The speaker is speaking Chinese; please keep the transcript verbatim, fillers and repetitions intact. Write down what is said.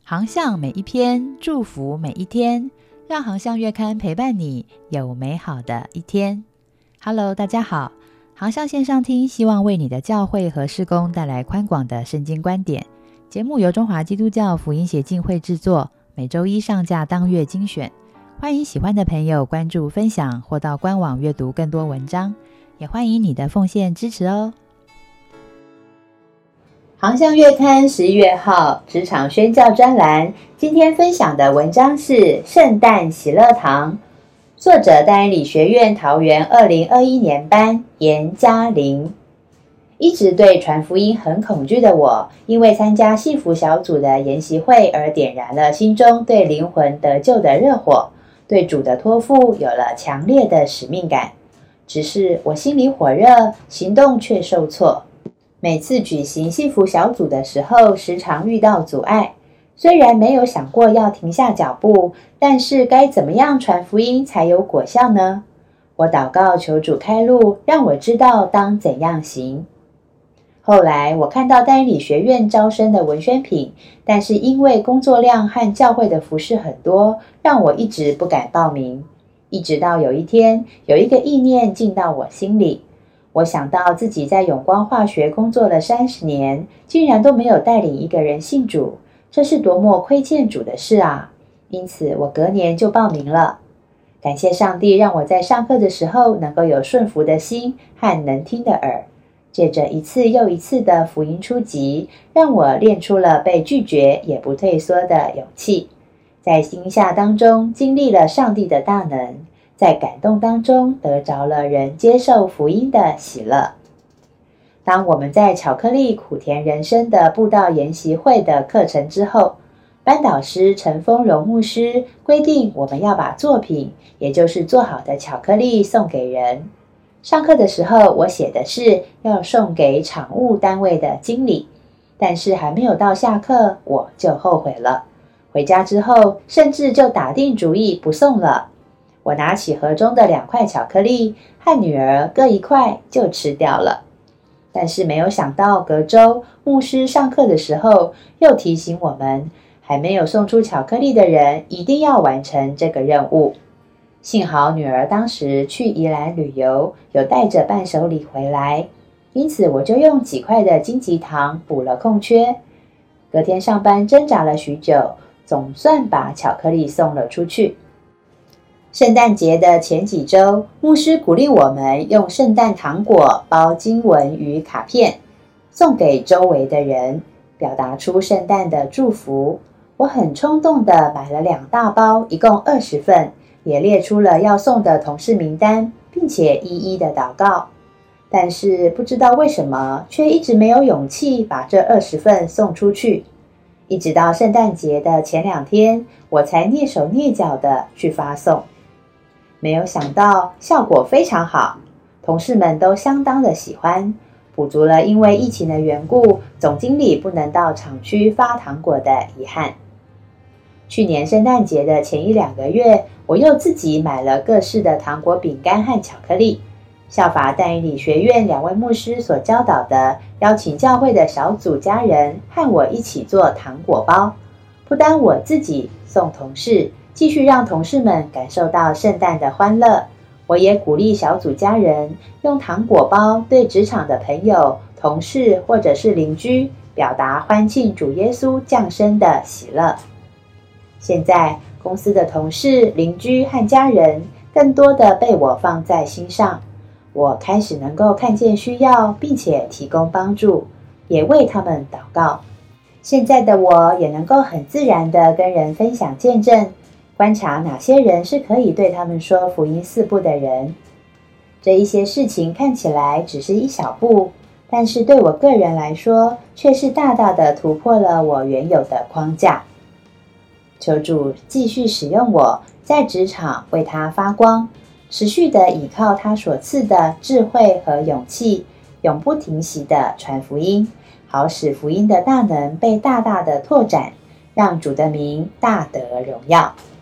航向每一篇，祝福每一天，让航向月刊陪伴你有美好的一天。 Hello， 大家好，航向线上听希望为你的教会和事工带来宽广的圣经观点。节目由中华基督教福音协进会制作，每周一上架当月精选。欢迎喜欢的朋友关注分享或到官网阅读更多文章，也欢迎你的奉献支持哦。航向月刊十一月号职场宣教专栏，今天分享的文章是圣诞喜乐堂，作者淡安理学院桃园二零二一年班严嘉玲。一直对传福音很恐惧的我，因为参加幸福小组的研习会而点燃了心中对灵魂得救的热火，对主的托付有了强烈的使命感。只是我心里火热，行动却受挫。每次举行幸福小组的时候，时常遇到阻碍。虽然没有想过要停下脚步，但是该怎么样传福音才有果效呢？我祷告求主开路，让我知道当怎样行。后来我看到淡安理学院招生的文宣品，但是因为工作量和教会的服事很多，让我一直不敢报名。一直到有一天，有一个意念进到我心里。我想到自己在永光化学工作了三十年，竟然都没有带领一个人信主，这是多么亏欠主的事啊！因此我隔年就报名了。感谢上帝让我在上课的时候能够有顺服的心和能听的耳，借着一次又一次的福音初级，让我练出了被拒绝也不退缩的勇气。在惊吓当中经历了上帝的大能，在感动当中得着了人接受福音的喜乐。当我们在巧克力苦甜人生的布道研习会的课程之后，班导师陈丰荣牧师规定我们要把作品，也就是做好的巧克力送给人。上课的时候我写的是要送给场务单位的经理，但是还没有到下课我就后悔了。回家之后甚至就打定主意不送了。我拿起盒中的两块巧克力，和女儿各一块就吃掉了。但是没有想到隔周牧师上课的时候又提醒我们，还没有送出巧克力的人一定要完成这个任务。幸好女儿当时去宜兰旅游，有带着伴手礼回来，因此我就用几块的金桔糖补了空缺。隔天上班挣扎了许久，总算把巧克力送了出去。圣诞节的前几周，牧师鼓励我们用圣诞糖果包经文与卡片，送给周围的人，表达出圣诞的祝福。我很冲动地买了两大包，一共二十份，也列出了要送的同事名单，并且一一的祷告。但是不知道为什么，却一直没有勇气把这二十份送出去。一直到圣诞节的前两天，我才蹑手蹑脚地去发送。没有想到效果非常好，同事们都相当的喜欢，补足了因为疫情的缘故，总经理不能到厂区发糖果的遗憾。去年圣诞节的前一两个月，我又自己买了各式的糖果、饼干和巧克力，效法淡安理学院两位牧师所教导的，邀请教会的小组家人和我一起做糖果包，不单我自己送同事，继续让同事们感受到圣诞的欢乐。我也鼓励小组家人用糖果包对职场的朋友、同事或者是邻居表达欢庆主耶稣降生的喜乐。现在公司的同事、邻居和家人更多的被我放在心上，我开始能够看见需要，并且提供帮助，也为他们祷告。现在的我也能够很自然地跟人分享见证，观察哪些人是可以对他们说福音四步的人。这一些事情看起来只是一小步，但是对我个人来说，却是大大的突破了我原有的框架。求主继续使用我，在职场为他发光，持续的倚靠他所赐的智慧和勇气，永不停息的传福音，好使福音的大能被大大的拓展，让主的名大得荣耀。